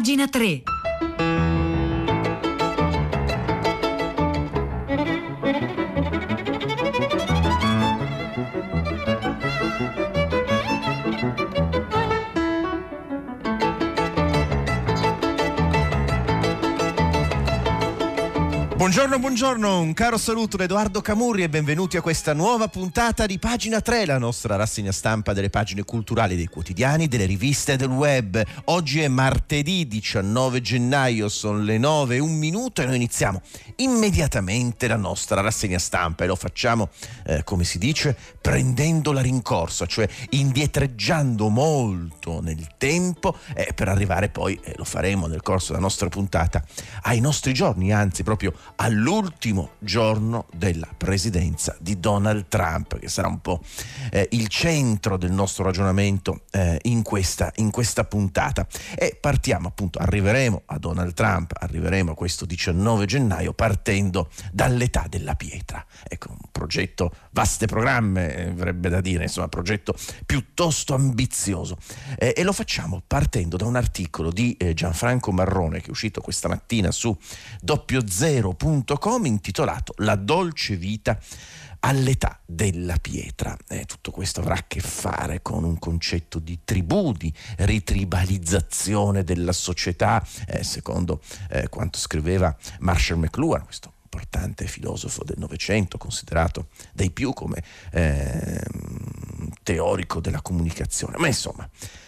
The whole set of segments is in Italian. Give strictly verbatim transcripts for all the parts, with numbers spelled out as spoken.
Pagina tre. Buongiorno, buongiorno, un caro saluto da Edoardo Camurri e benvenuti a questa nuova puntata di Pagina tre, la nostra rassegna stampa delle pagine culturali dei quotidiani, delle riviste e del web. Oggi è martedì diciannove gennaio, sono le nove e un minuto e noi iniziamo immediatamente la nostra rassegna stampa e lo facciamo, eh, come si dice, prendendo la rincorsa, cioè indietreggiando molto nel tempo eh, per arrivare poi, eh, lo faremo nel corso della nostra puntata, ai nostri giorni, anzi proprio all'ultimo giorno della presidenza di Donald Trump, che sarà un po' eh, il centro del nostro ragionamento eh, in questa, in questa puntata. E partiamo appunto, arriveremo a Donald Trump, arriveremo a questo diciannove gennaio partendo dall'età della pietra. Ecco, un progetto, vaste programme, eh, verrebbe da dire, insomma, progetto piuttosto ambizioso. Eh, e lo facciamo partendo da un articolo di eh, Gianfranco Marrone che è uscito questa mattina su doppio zero punto com intitolato La dolce vita all'età della pietra. Eh, tutto questo avrà a che fare con un concetto di tribù, di ritribalizzazione della società, eh, secondo eh, quanto scriveva Marshall McLuhan, questo importante filosofo del Novecento, considerato dai più come eh, teorico della comunicazione. Ma insomma,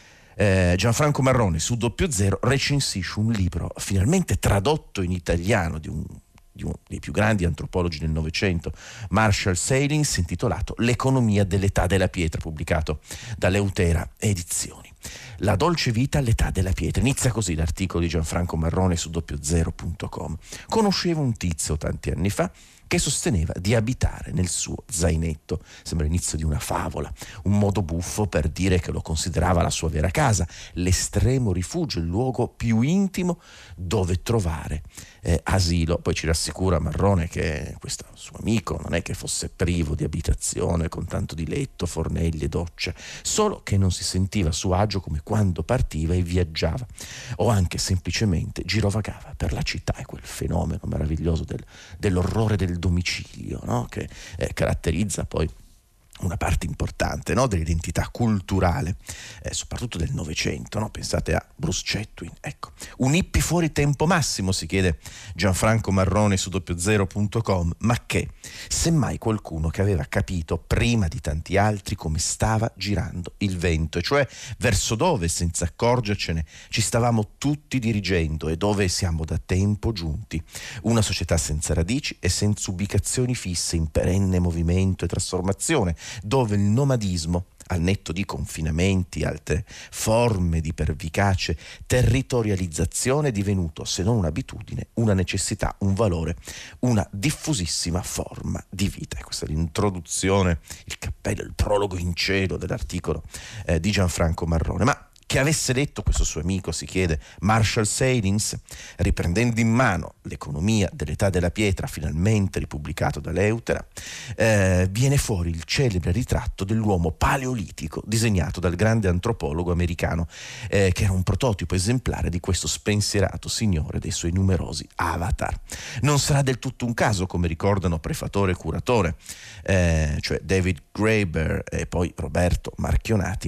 Eh, Gianfranco Marrone su doppio zero recensisce un libro finalmente tradotto in italiano di un, di uno dei più grandi antropologi del Novecento, Marshall Sahlins, intitolato L'economia dell'età della pietra, pubblicato da Leutera Edizioni. La dolce vita all'età della pietra. Inizia così l'articolo di Gianfranco Marrone su doppio zero punto com. Conoscevo un tizio tanti anni fa che sosteneva di abitare nel suo zainetto. Sembra l'inizio di una favola, un modo buffo per dire che lo considerava la sua vera casa, l'estremo rifugio, il luogo più intimo dove trovare eh, asilo. Poi ci rassicura Marrone che questo suo amico non è che fosse privo di abitazione con tanto di letto, fornelli e docce, solo che non si sentiva a suo agio come quando partiva e viaggiava o anche semplicemente girovagava per la città. È quel fenomeno meraviglioso del, dell'orrore del domicilio, no? Che eh, caratterizza poi una parte importante, no? Dell'identità culturale, eh, soprattutto del Novecento, no? Pensate a Bruce Chatwin. Ecco, un hippie fuori tempo massimo, si chiede Gianfranco Marrone su doppio zero punto com, ma che semmai qualcuno che aveva capito prima di tanti altri come stava girando il vento, e cioè verso dove, senza accorgercene, ci stavamo tutti dirigendo e dove siamo da tempo giunti. Una società senza radici e senza ubicazioni fisse, in perenne movimento e trasformazione, dove il nomadismo, al netto di confinamenti, altre forme di pervicace territorializzazione, è divenuto, se non un'abitudine, una necessità, un valore, una diffusissima forma di vita. E questa è l'introduzione, il cappello, il prologo in cielo dell'articolo eh, di Gianfranco Marrone. Ma che avesse detto questo suo amico, si chiede Marshall Sahlins, riprendendo in mano l'economia dell'età della pietra, finalmente ripubblicato da Leutera, eh, viene fuori il celebre ritratto dell'uomo paleolitico disegnato dal grande antropologo americano, eh, che era un prototipo esemplare di questo spensierato signore dei suoi numerosi avatar. Non sarà del tutto un caso, come ricordano prefatore e curatore, eh, cioè David Graeber e poi Roberto Marchionati,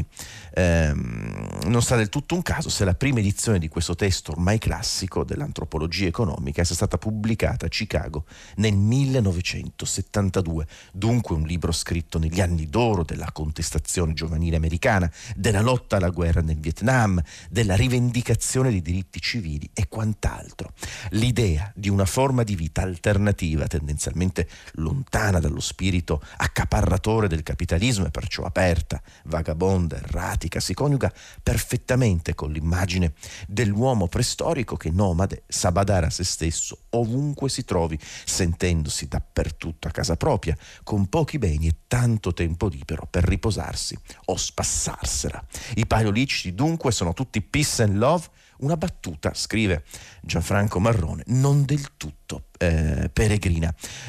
ehm, non sarà del tutto un caso se la prima edizione di questo testo ormai classico dell'antropologia economica sia stata pubblicata a Chicago nel millenovecentosettantadue, dunque un libro scritto negli anni d'oro della contestazione giovanile americana, della lotta alla guerra nel Vietnam, della rivendicazione dei diritti civili e quant'altro. L'idea di una forma di vita alternativa, tendenzialmente lontana dallo spirito accaparratore del capitalismo e perciò aperta, vagabonda, erratica, si coniuga perfettamente con l'immagine dell'uomo preistorico che, nomade, sa badare a se stesso ovunque si trovi, sentendosi dappertutto a casa propria, con pochi beni e tanto tempo libero per riposarsi o spassarsela. I paleolitici dunque sono tutti peace and love una battuta, scrive Gianfranco Marrone, non del tutto eh, peregrina.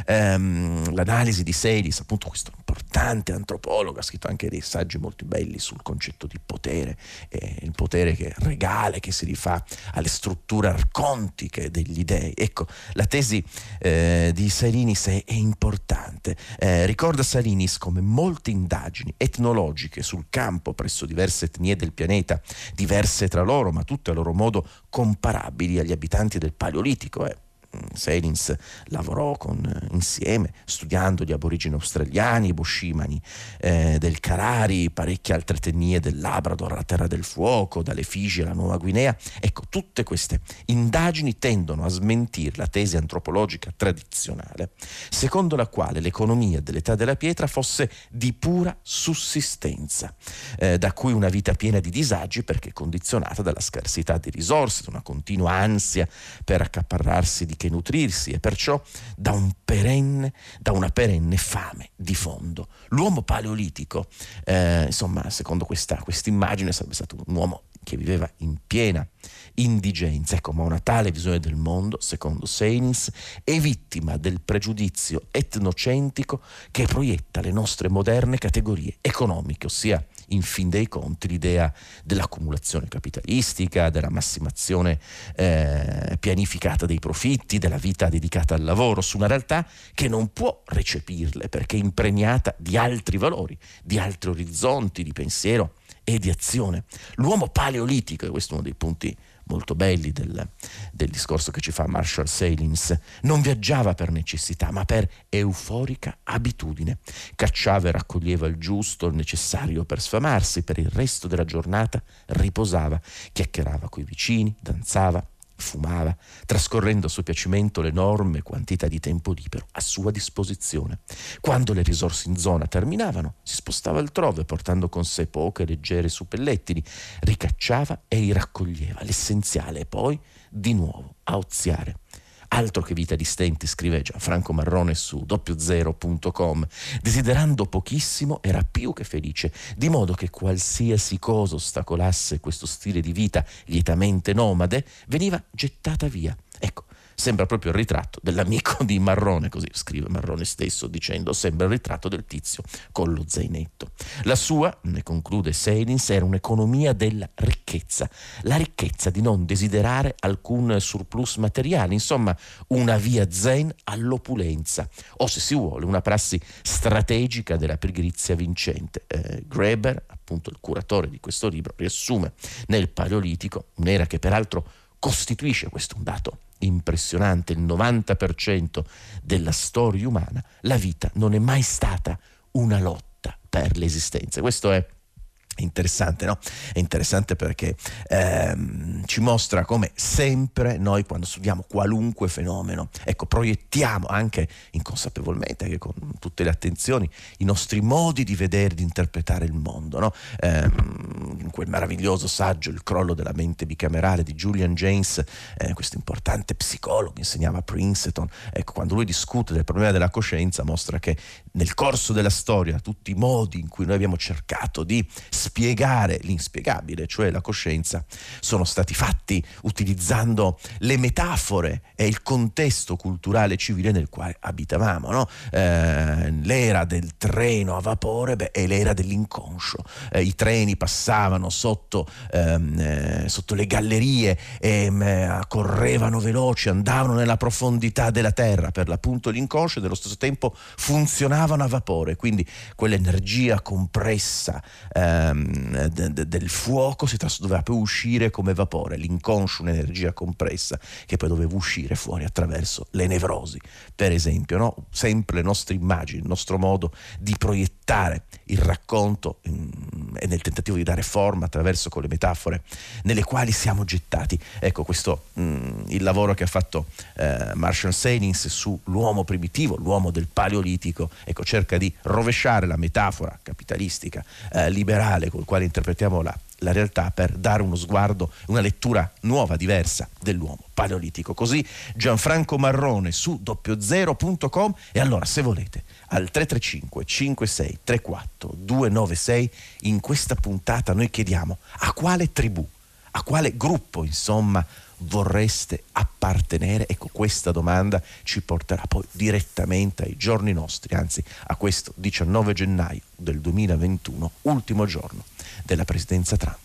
Ehm, l'analisi di Saylis, appunto questo importante antropologo, ha scritto anche dei saggi molto belli sul concetto di potere, eh, il potere che regale, che si rifà alle strutture arcontiche degli dei. Ecco, la tesi eh, di Salinis è, è importante. Eh, ricorda Salinis come molte indagini etnologiche sul campo presso diverse etnie del pianeta, diverse tra loro, ma tutte a loro modo comparabili agli abitanti del Paleolitico. Eh. Selins lavorò con, insieme studiando gli aborigeni australiani, i boscimani eh, del Carari, parecchie altre etnie del Labrador, la Terra del Fuoco, dalle Figi alla Nuova Guinea. Ecco, tutte queste indagini tendono a smentire la tesi antropologica tradizionale secondo la quale l'economia dell'età della pietra fosse di pura sussistenza, eh, da cui una vita piena di disagi perché condizionata dalla scarsità di risorse, da una continua ansia per accaparrarsi di che nutrirsi e perciò da un perenne, da una perenne fame di fondo. L'uomo paleolitico, eh, insomma, secondo questa immagine sarebbe stato un uomo che viveva in piena indigenza. Ecco, ma una tale visione del mondo, secondo Saynis, è vittima del pregiudizio etnocentrico che proietta le nostre moderne categorie economiche, ossia, in fin dei conti, l'idea dell'accumulazione capitalistica, della massimazione eh, pianificata dei profitti, della vita dedicata al lavoro, su una realtà che non può recepirle perché è impregnata di altri valori, di altri orizzonti di pensiero e di azione. L'uomo paleolitico, e questo è uno dei punti molto belli del, del discorso che ci fa Marshall Sahlins, non viaggiava per necessità ma per euforica abitudine. Cacciava e raccoglieva il giusto, il necessario per sfamarsi, per il resto della giornata riposava, chiacchierava coi vicini, danzava, fumava, trascorrendo a suo piacimento l'enorme quantità di tempo libero a sua disposizione. Quando le risorse in zona terminavano, si spostava altrove, portando con sé poche leggere suppellettili, ricacciava e raccoglieva l'essenziale e poi di nuovo a oziare. Altro che vita di stenti, scrive Gianfranco Marrone su doppio zero punto com. Desiderando pochissimo era più che felice, di modo che qualsiasi cosa ostacolasse questo stile di vita lietamente nomade veniva gettata via. Ecco, sembra proprio il ritratto dell'amico di Marrone, così scrive Marrone stesso dicendo, sembra il ritratto del tizio con lo zainetto. La sua, ne conclude Saylis, era un'economia della ricchezza, la ricchezza di non desiderare alcun surplus materiale, insomma una via zen all'opulenza, o se si vuole una prassi strategica della pigrizia vincente. Eh, Graeber, appunto il curatore di questo libro, riassume nel Paleolitico, un'era che peraltro costituisce, questo è un dato impressionante, il novanta per cento della storia umana, la vita non è mai stata una lotta per l'esistenza. Questo è interessante, no? È interessante perché ehm, ci mostra come sempre noi, quando studiamo qualunque fenomeno, ecco, proiettiamo anche inconsapevolmente, anche con tutte le attenzioni, i nostri modi di vedere, di interpretare il mondo, no? Ehm, in quel meraviglioso saggio Il crollo della mente bicamerale di Julian Jaynes, eh, questo importante psicologo che insegnava a Princeton, ecco, quando lui discute del problema della coscienza, mostra che nel corso della storia tutti i modi in cui noi abbiamo cercato di spiegare l'inspiegabile, cioè la coscienza, sono stati fatti utilizzando le metafore e il contesto culturale civile nel quale abitavamo, no? Eh, l'era del treno a vapore, beh, è l'era dell'inconscio. Eh, I treni passavano sotto, ehm, eh, sotto le gallerie e eh, correvano veloci, andavano nella profondità della terra, per l'appunto l'inconscio, e nello stesso tempo funzionavano a vapore, quindi quell'energia compressa ehm, De, de, del fuoco si tras- doveva poi uscire come vapore, l'inconscio, un'energia compressa che poi doveva uscire fuori attraverso le nevrosi, per esempio, no? Sempre le nostre immagini, il nostro modo di proiettare il racconto mh, e nel tentativo di dare forma attraverso con le metafore nelle quali siamo gettati. Ecco, questo mh, il lavoro che ha fatto eh, Marshall Sahlins sull'uomo primitivo, l'uomo del Paleolitico, ecco, cerca di rovesciare la metafora capitalistica eh, liberale col quale interpretiamo la, la realtà, per dare uno sguardo, una lettura nuova, diversa dell'uomo paleolitico. Così Gianfranco Marrone su doppio zero punto com. E allora, se volete, al tre tre cinque cinque sei tre quattro due nove sei, in questa puntata noi chiediamo: a quale tribù, A quale gruppo, insomma, vorreste appartenere? Ecco, questa domanda ci porterà poi direttamente ai giorni nostri, anzi a questo diciannove gennaio del duemilaventuno, ultimo giorno della presidenza Trump.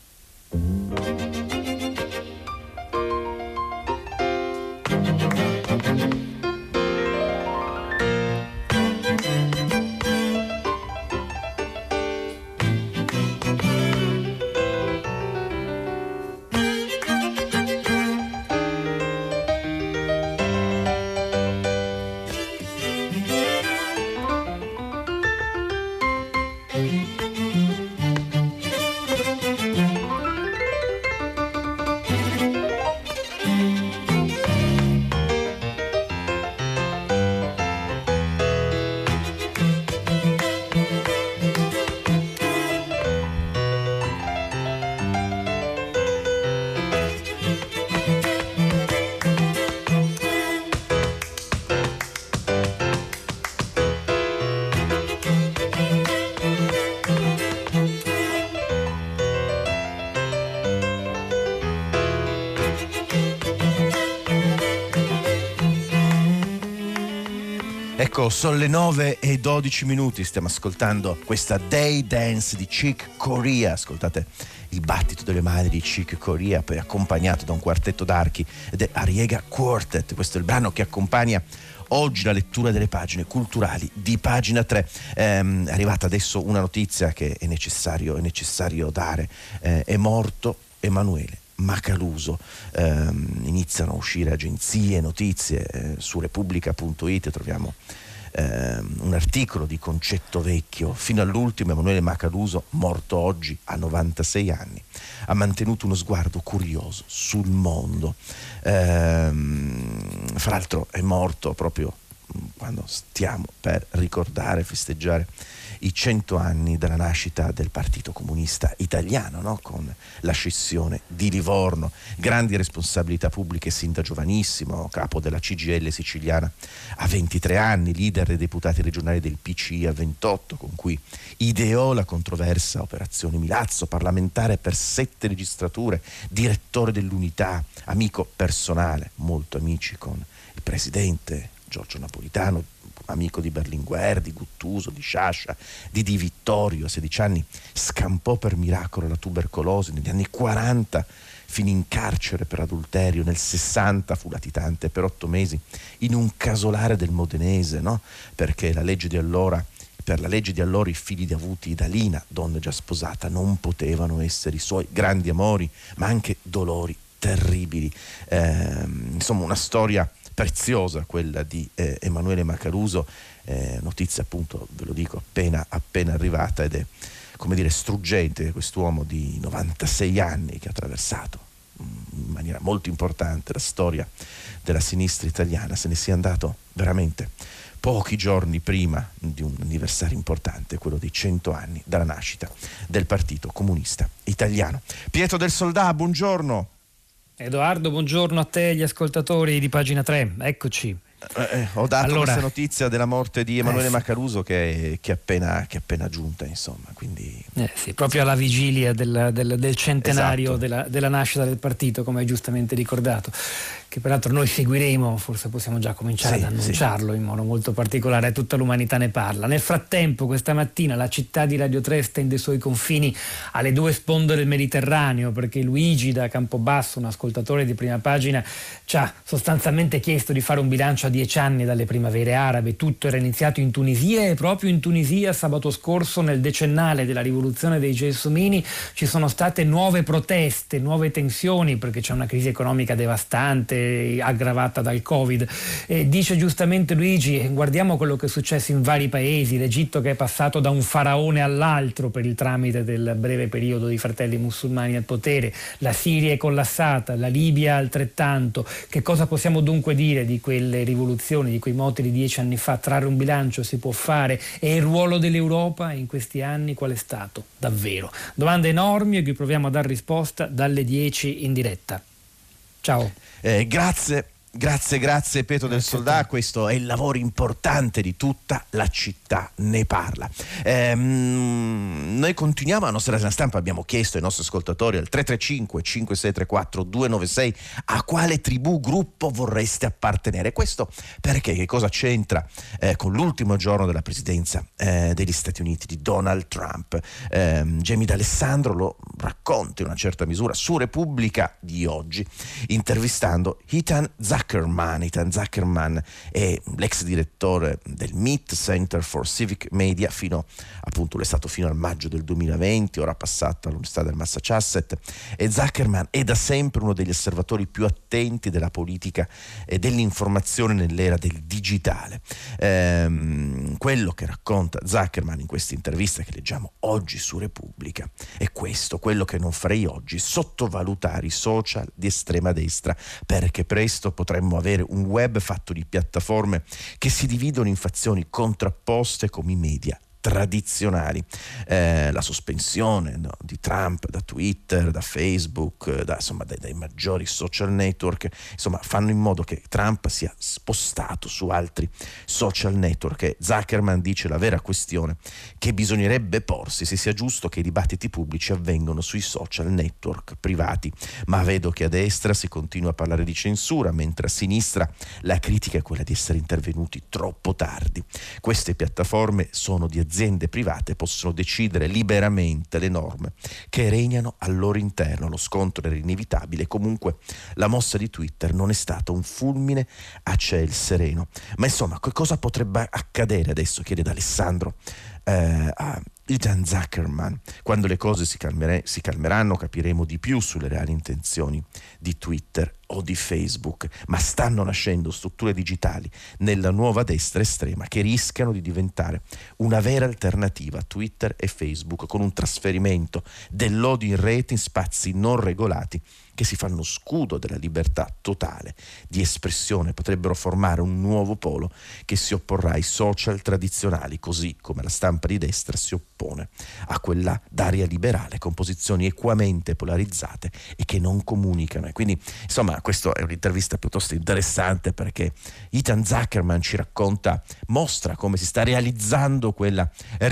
Ecco, sono le nove e dodici minuti, stiamo ascoltando questa Day Dance di Chick Corea. Ascoltate il battito delle mani di Chick Corea, poi accompagnato da un quartetto d'archi ed è Ariega Quartet. Questo è il brano che accompagna oggi la lettura delle pagine culturali di Pagina tre. Ehm, è arrivata adesso una notizia che è necessario, è necessario dare. Eh, è morto Emanuele Macaluso. Eh, iniziano a uscire agenzie, notizie. Eh, su Repubblica punto it troviamo eh, un articolo di Concetto Vecchio. Fino all'ultimo Emanuele Macaluso, morto oggi a novantasei anni, ha mantenuto uno sguardo curioso sul mondo. Eh, fra l'altro è morto proprio quando stiamo per ricordare, festeggiare i cento anni dalla nascita del Partito Comunista Italiano, no? Con la scissione di Livorno, grandi responsabilità pubbliche sin da giovanissimo, capo della C G I L siciliana a ventitré anni, leader dei deputati regionali del P C I a ventotto, con cui ideò la controversa Operazione Milazzo, parlamentare per sette legislature, direttore dell'Unità, amico personale, molto amici con il presidente Giorgio Napolitano, amico di Berlinguer, di Guttuso, di Sciascia, di Di Vittorio. A sedici anni scampò per miracolo la tubercolosi, negli anni quaranta finì in carcere per adulterio, nel sessanta fu latitante per otto mesi in un casolare del Modenese, no? Perché la legge di allora, per la legge di allora i figli di avuti da Lina, donna già sposata, non potevano essere i suoi grandi amori, ma anche dolori terribili. Eh, insomma, una storia preziosa quella di eh, Emanuele Macaluso, eh, notizia appunto, ve lo dico, appena, appena arrivata, ed è, come dire, struggente. Quest'uomo di novantasei anni che ha attraversato in maniera molto importante la storia della sinistra italiana, se ne sia andato veramente pochi giorni prima di un anniversario importante, quello dei cento anni dalla nascita del Partito Comunista Italiano. Pietro del Soldà, buongiorno. Edoardo, buongiorno a te e agli ascoltatori di Pagina tre, eccoci. Eh, ho dato allora, questa notizia della morte di Emanuele eh sì. Macaluso che, che, è appena, che è appena giunta, insomma, quindi... Eh sì, proprio alla vigilia del, del, del centenario esatto. della, della nascita del partito, come hai giustamente ricordato, che peraltro noi seguiremo, forse possiamo già cominciare sì, ad annunciarlo sì. in modo molto particolare, tutta l'umanità ne parla. Nel frattempo, questa mattina la città di Radio tre stende i suoi confini alle due sponde del Mediterraneo, perché Luigi da Campobasso, un ascoltatore di Prima Pagina, ci ha sostanzialmente chiesto di fare un bilancio a dieci anni dalle primavere arabe. Tutto era iniziato in Tunisia e proprio in Tunisia sabato scorso, nel decennale della rivoluzione dei gelsomini, ci sono state nuove proteste, nuove tensioni, perché c'è una crisi economica devastante aggravata dal Covid. E dice giustamente Luigi, guardiamo quello che è successo in vari paesi, l'Egitto che è passato da un faraone all'altro per il tramite del breve periodo di fratelli musulmani al potere, la Siria è collassata, la Libia altrettanto. Che cosa possiamo dunque dire di quelle rivoluzioni, di quei moti di dieci anni fa? Trarre un bilancio si può fare, e il ruolo dell'Europa in questi anni qual è stato? Davvero. Domande enormi a cui proviamo a dare risposta dalle dieci in diretta. Ciao. Eh, grazie Grazie, grazie Pietro del Soldà, questo è il lavoro importante di tutta la città, ne parla. Ehm, noi continuiamo la nostra rassegna stampa, abbiamo chiesto ai nostri ascoltatori al tre tre cinque cinque sei tre quattro due nove sei a quale tribù, gruppo vorreste appartenere. Questo perché che cosa c'entra eh, con l'ultimo giorno della presidenza eh, degli Stati Uniti di Donald Trump. Ehm, Jamie D'Alessandro lo racconta in una certa misura su Repubblica di oggi, intervistando Ethan Zuckerman. Zuckerman, Ethan Zuckerman è l'ex direttore del M I T, Center for Civic Media, fino appunto è stato fino al maggio del duemilaventi, ora passato all'Università del Massachusetts, e Zuckerman è da sempre uno degli osservatori più attenti della politica e dell'informazione nell'era del digitale. Ehm, quello che racconta Zuckerman in questa intervista che leggiamo oggi su Repubblica è questo: quello che non farei oggi, sottovalutare i social di estrema destra, perché presto potrà potremmo avere un web fatto di piattaforme che si dividono in fazioni contrapposte come i media tradizionali. Eh, la sospensione no, di Trump da Twitter, da Facebook, da, insomma dai, dai maggiori social network, insomma fanno in modo che Trump sia spostato su altri social network. E Zuckerman dice: la vera questione che bisognerebbe porsi se sia giusto che i dibattiti pubblici avvengano sui social network privati, ma vedo che a destra si continua a parlare di censura, mentre a sinistra la critica è quella di essere intervenuti troppo tardi. Queste piattaforme sono di aziende private, possono decidere liberamente le norme che regnano al loro interno. Lo scontro era inevitabile, comunque la mossa di Twitter non è stata un fulmine a ciel sereno. Ma insomma, che cosa potrebbe accadere adesso, chiede D'Alessandro eh, a Ethan Zuckerman. Quando le cose si, calmere, si calmeranno capiremo di più sulle reali intenzioni di Twitter o di Facebook, ma stanno nascendo strutture digitali nella nuova destra estrema che rischiano di diventare una vera alternativa a Twitter e Facebook, con un trasferimento dell'odio in rete in spazi non regolati che si fanno scudo della libertà totale di espressione. Potrebbero formare un nuovo polo che si opporrà ai social tradizionali, così come la stampa di destra si oppone a quella d'aria liberale, con posizioni equamente polarizzate e che non comunicano. E quindi insomma questa è un'intervista piuttosto interessante, perché Ethan Zuckerman ci racconta, mostra come si sta realizzando quella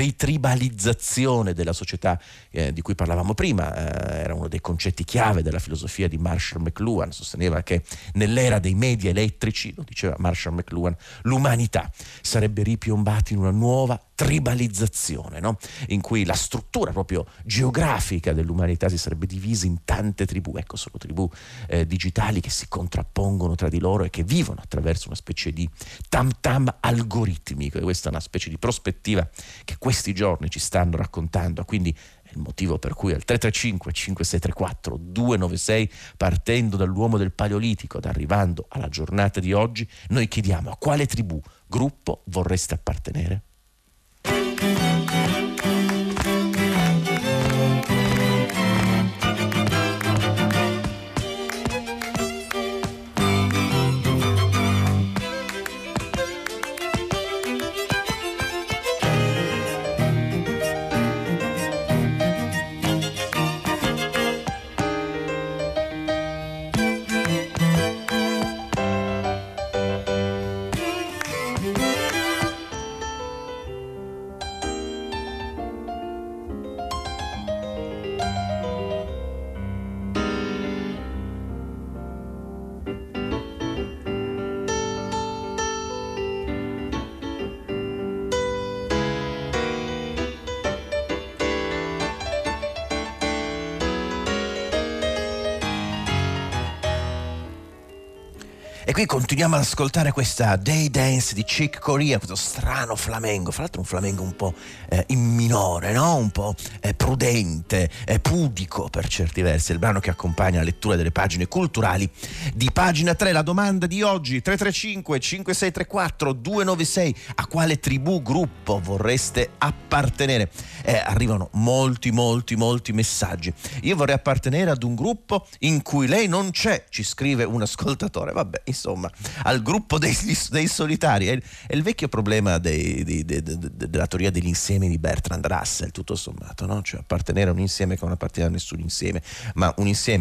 ritribalizzazione della società eh, di cui parlavamo prima. Eh, era uno dei concetti chiave della filosofia di Marshall McLuhan. Sosteneva che nell'era dei media elettrici, lo diceva Marshall McLuhan, l'umanità sarebbe ripiombata in una nuova tribalizzazione, no? In cui la struttura proprio geografica dell'umanità si sarebbe divisa in tante tribù. Ecco, sono tribù eh, digitali che si contrappongono tra di loro e che vivono attraverso una specie di tam tam algoritmico. E questa è una specie di prospettiva che questi giorni ci stanno raccontando. Quindi è il motivo per cui al tre tre cinque cinque sei tre quattro due nove sei, partendo dall'uomo del Paleolitico ed arrivando alla giornata di oggi, noi chiediamo: a quale tribù, gruppo vorreste appartenere? E qui continuiamo ad ascoltare questa Day Dance di Chick Corea, questo strano flamenco, fra l'altro un flamenco un po' eh, in minore, no? Un po' eh, prudente, eh, pudico per certi versi. Il brano che accompagna la lettura delle pagine culturali di Pagina tre. La domanda di oggi: tre tre cinque cinque sei tre quattro due nove sei, a quale tribù, gruppo vorreste appartenere? Eh, arrivano molti molti molti messaggi. Io vorrei appartenere ad un gruppo in cui lei non c'è, ci scrive un ascoltatore. Vabbè, insomma, al gruppo dei, dei solitari. È, è il vecchio problema dei, dei, dei, de, de, della teoria degli insiemi di Bertrand Russell, tutto sommato, no? Cioè appartenere a un insieme che non appartiene a nessun insieme, ma un insieme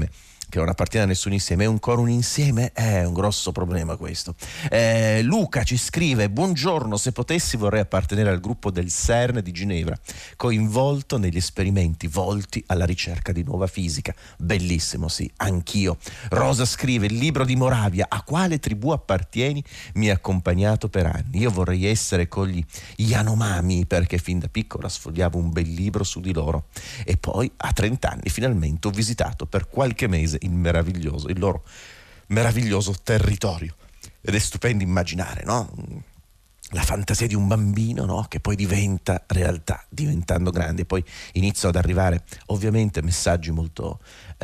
che non appartiene a nessun insieme. È ancora un insieme? È un grosso problema questo. Eh, Luca ci scrive: buongiorno, se potessi vorrei appartenere al gruppo del CERN di Ginevra, coinvolto negli esperimenti volti alla ricerca di nuova fisica. Bellissimo, sì, anch'io. Rosa scrive: il libro di Moravia, a quale tribù appartieni, mi ha accompagnato per anni. Io vorrei essere con gli Yanomami, perché fin da piccola sfogliavo un bel libro su di loro. E poi a trenta anni finalmente ho visitato per qualche mese il meraviglioso, il loro meraviglioso territorio. Ed è stupendo immaginare, no? La fantasia di un bambino, no? Che poi diventa realtà, diventando grande. Poi iniziano ad arrivare ovviamente messaggi molto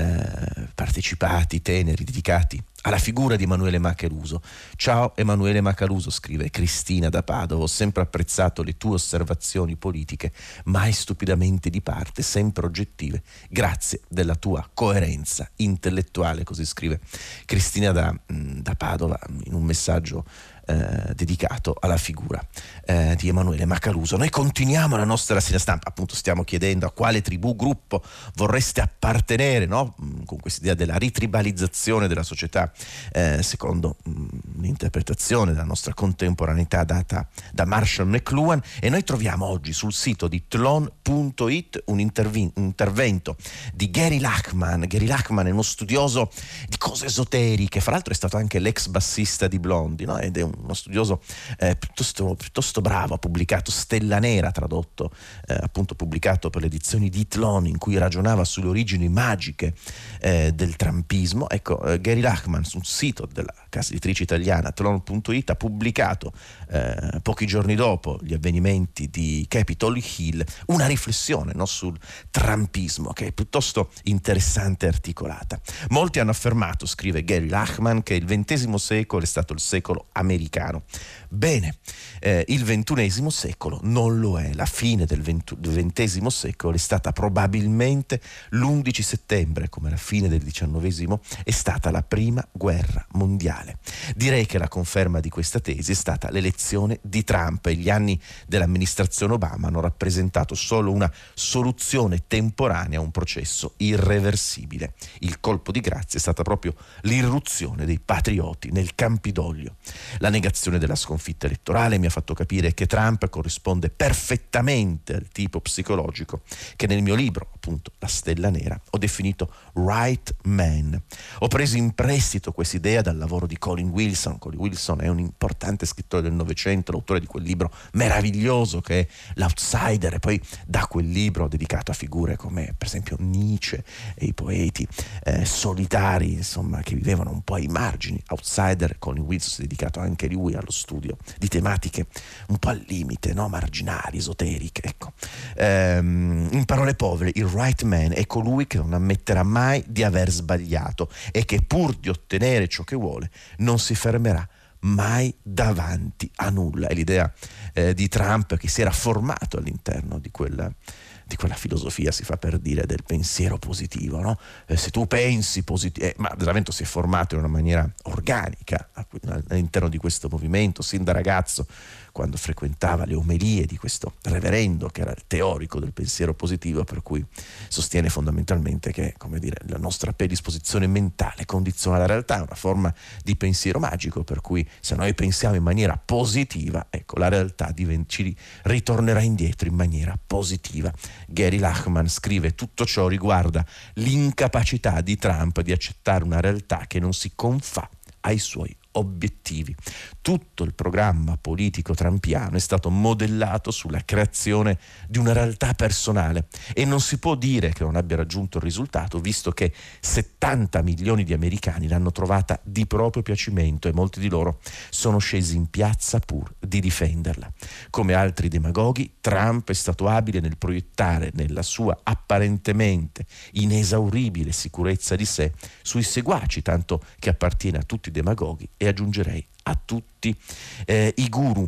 eh, partecipati, teneri, dedicati alla figura di Emanuele Macaluso. Ciao Emanuele Macaluso, scrive Cristina da Padova, ho sempre apprezzato le tue osservazioni politiche, mai stupidamente di parte, sempre oggettive. Grazie della tua coerenza intellettuale, così scrive Cristina da, da Padova in un messaggio Eh, dedicato alla figura eh, di Emanuele Macaluso. Noi continuiamo la nostra rassegna stampa, appunto stiamo chiedendo a quale tribù, gruppo vorreste appartenere, no? Con questa idea della ritribalizzazione della società eh, secondo mh, l'interpretazione della nostra contemporaneità data da Marshall McLuhan. E noi troviamo oggi sul sito di tlon punto it un, intervi- un intervento di Gary Lachman. Gary Lachman è uno studioso di cose esoteriche, fra l'altro è stato anche l'ex bassista di Blondie, no? Ed è un uno studioso eh, piuttosto, piuttosto bravo. Ha pubblicato Stella Nera, tradotto eh, appunto pubblicato per le edizioni di Tlon, in cui ragionava sulle origini magiche eh, del trumpismo. Ecco, eh, Gary Lachman sul sito della casa editrice italiana tlon punto it ha pubblicato eh, pochi giorni dopo gli avvenimenti di Capitol Hill una riflessione, no, sul trumpismo, che è piuttosto interessante e articolata. Molti hanno affermato, scrive Gary Lachman, che il ventesimo secolo è stato il secolo americano. Bene, eh, il ventunesimo secolo non lo è. La fine del ventesimo secolo è stata probabilmente l'undici settembre, come la fine del diciannovesimo è stata la prima guerra mondiale. Direi che la conferma di questa tesi è stata l'elezione di Trump, e gli anni dell'amministrazione Obama hanno rappresentato solo una soluzione temporanea a un processo irreversibile. Il colpo di grazia è stata proprio l'irruzione dei patrioti nel Campidoglio. La negazione della sconfitta elettorale mi ha fatto capire che Trump corrisponde perfettamente al tipo psicologico che nel mio libro, appunto La Stella Nera, ho definito right man. Ho preso in prestito questa idea dal lavoro di Colin Wilson. Colin Wilson è un importante scrittore del Novecento, l'autore di quel libro meraviglioso che è L'Outsider, e poi da quel libro dedicato a figure come per esempio Nietzsche e i poeti eh, solitari, insomma, che vivevano un po' ai margini. Outsider, Colin Wilson si è dedicato anche lui allo studio di tematiche un po' al limite, no? Marginali, esoteriche, ecco. Ehm, in parole povere, il right man è colui che non ammetterà mai di aver sbagliato e che pur di ottenere ciò che vuole non si fermerà mai davanti a nulla. È l'idea eh, di Trump, che si era formato all'interno di quella di quella filosofia, si fa per dire, del pensiero positivo, no? Eh, se tu pensi positivo, eh, ma veramente si è formato in una maniera organica all'interno di questo movimento, sin da ragazzo, quando frequentava le omelie di questo reverendo che era il teorico del pensiero positivo, per cui sostiene fondamentalmente che, come dire, la nostra predisposizione mentale condiziona la realtà, è una forma di pensiero magico, per cui se noi pensiamo in maniera positiva, ecco, la realtà divent- ci ritornerà indietro in maniera positiva. Gary Lachman scrive: tutto ciò riguarda l'incapacità di Trump di accettare una realtà che non si confà ai suoi obiettivi. Tutto il programma politico trampiano è stato modellato sulla creazione di una realtà personale, e non si può dire che non abbia raggiunto il risultato, visto che settanta milioni di americani l'hanno trovata di proprio piacimento, e molti di loro sono scesi in piazza pur di difenderla. Come altri demagoghi, Trump è stato abile nel proiettare nella sua apparentemente inesauribile sicurezza di sé sui seguaci, tanto che appartiene a tutti i demagoghi e aggiungerei a tutti eh, i guru.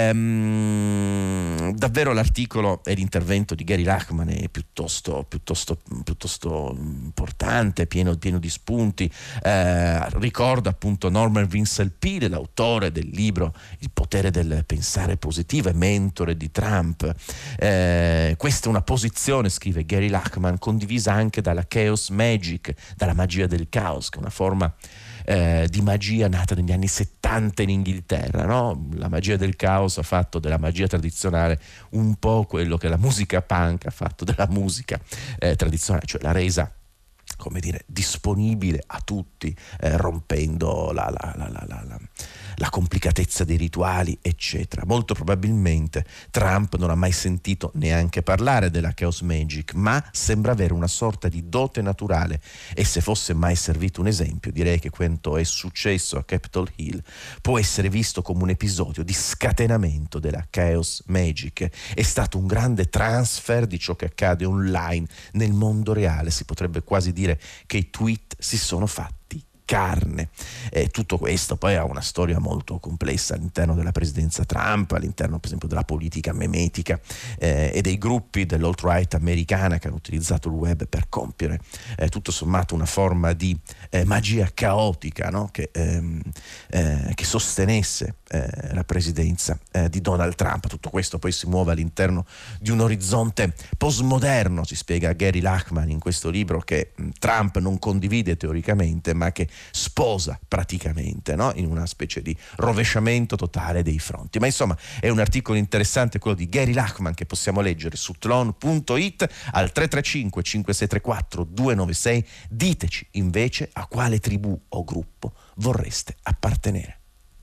Ehm, davvero l'articolo e l'intervento di Gary Lachman è piuttosto, piuttosto, piuttosto importante, pieno, pieno di spunti. Eh, ricordo appunto Norman Vincent Peale, l'autore del libro Il potere del pensare positivo e mentore di Trump. Eh, questa è una posizione, scrive Gary Lachman, condivisa anche dalla Chaos Magic, dalla magia del caos, che è una forma Eh, di magia nata negli anni settanta in Inghilterra, no? La magia del caos ha fatto della magia tradizionale un po' quello che la musica punk ha fatto della musica eh, tradizionale, cioè l'ha resa, come dire, disponibile a tutti, eh, rompendo la, la, la, la, la, la, la complicatezza dei rituali, eccetera. Molto probabilmente Trump non ha mai sentito neanche parlare della Chaos Magic, ma sembra avere una sorta di dote naturale, e se fosse mai servito un esempio, direi che quanto è successo a Capitol Hill può essere visto come un episodio di scatenamento della Chaos Magic. È stato un grande transfer di ciò che accade online nel mondo reale. Si potrebbe quasi dire che i tweet si sono fatti carne. Eh, tutto questo poi ha una storia molto complessa all'interno della presidenza Trump, all'interno per esempio della politica memetica eh, e dei gruppi dell'alt-right americana che hanno utilizzato il web per compiere eh, tutto sommato una forma di eh, magia caotica, no? che, ehm, eh, che sostenesse eh, la presidenza eh, di Donald Trump. Tutto questo poi si muove all'interno di un orizzonte postmoderno, si spiega Gary Lachman in questo libro, che mh, Trump non condivide teoricamente, ma che sposa praticamente, no? In una specie di rovesciamento totale dei fronti. Ma insomma è un articolo interessante quello di Gary Lachman, che possiamo leggere su tlon punto it al tre tre cinque cinque sei tre quattro due nove sei. Diteci invece a quale tribù o gruppo vorreste appartenere.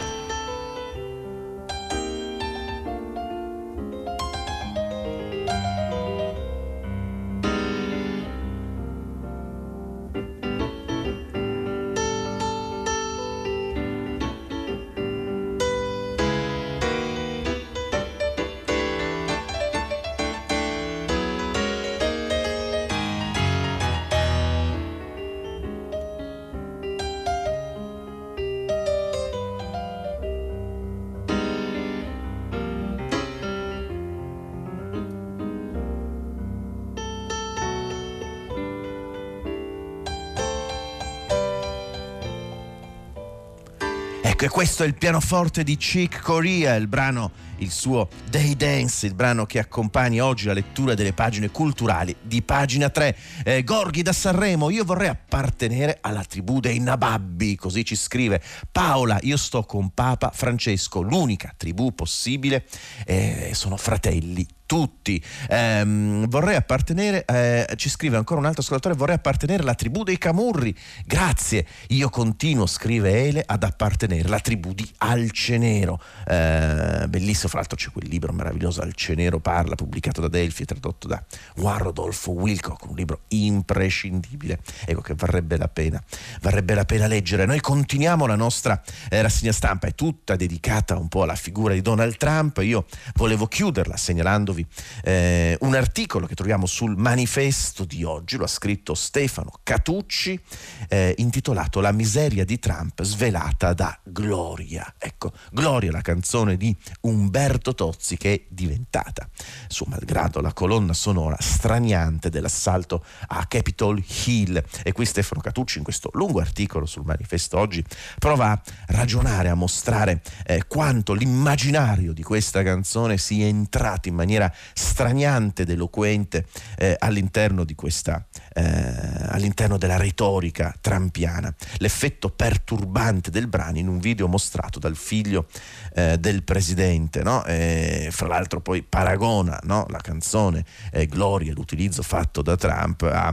Ecco, e questo è il pianoforte di Chick Corea, il brano, il suo Day Dance, il brano che accompagna oggi la lettura delle pagine culturali di Pagina tre. Eh, Gorghi da Sanremo: io vorrei appartenere alla tribù dei Nababbi, così ci scrive Paola. Io sto con Papa Francesco, l'unica tribù possibile, eh, sono fratelli tutti. Eh, vorrei appartenere, eh, ci scrive ancora un altro ascoltatore, vorrei appartenere alla tribù dei Camurri. Grazie, io continuo, scrive Ele, ad appartenere alla tribù di Alcenero. Eh, bellissimo, fra l'altro c'è quel libro meraviglioso, Alcenero parla, pubblicato da Delphi e tradotto da Juan Rodolfo Wilcock, un libro imprescindibile, ecco, che varrebbe la pena, varrebbe la pena leggere. Noi continuiamo la nostra eh, rassegna stampa, è tutta dedicata un po' alla figura di Donald Trump. Io volevo chiuderla segnalandovi Eh, un articolo che troviamo sul Manifesto di oggi, lo ha scritto Stefano Catucci, eh, intitolato La miseria di Trump svelata da Gloria. Ecco, Gloria, la canzone di Umberto Tozzi, che è diventata, suo malgrado, la colonna sonora straniante dell'assalto a Capitol Hill. E qui Stefano Catucci, in questo lungo articolo sul Manifesto oggi, prova a ragionare, a mostrare eh, quanto l'immaginario di questa canzone sia entrato in maniera straniante ed eloquente eh, all'interno di questa eh, all'interno della retorica trampiana. L'effetto perturbante del brano in un video mostrato dal figlio eh, del presidente, no? E fra l'altro poi paragona, no? La canzone eh, Gloria, l'utilizzo fatto da Trump, a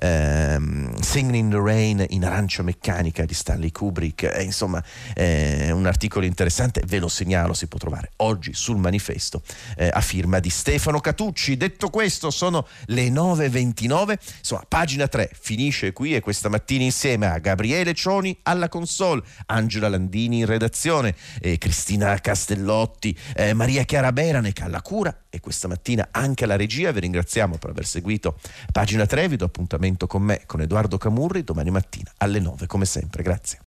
ehm, Singing in the Rain in arancia meccanica di Stanley Kubrick. E, insomma, è un articolo interessante, ve lo segnalo, si può trovare oggi sul Manifesto eh, a firma di Stefano Catucci. Detto questo, sono le nove e ventinove, insomma Pagina tre finisce qui, e questa mattina insieme a Gabriele Cioni alla console, Angela Landini in redazione, eh, Cristina Castellotti, eh, Maria Chiara Beranec alla cura, e questa mattina anche alla regia. Vi ringraziamo per aver seguito Pagina tre, vi do appuntamento con me, con Edoardo Camurri, domani mattina alle nove come sempre. Grazie.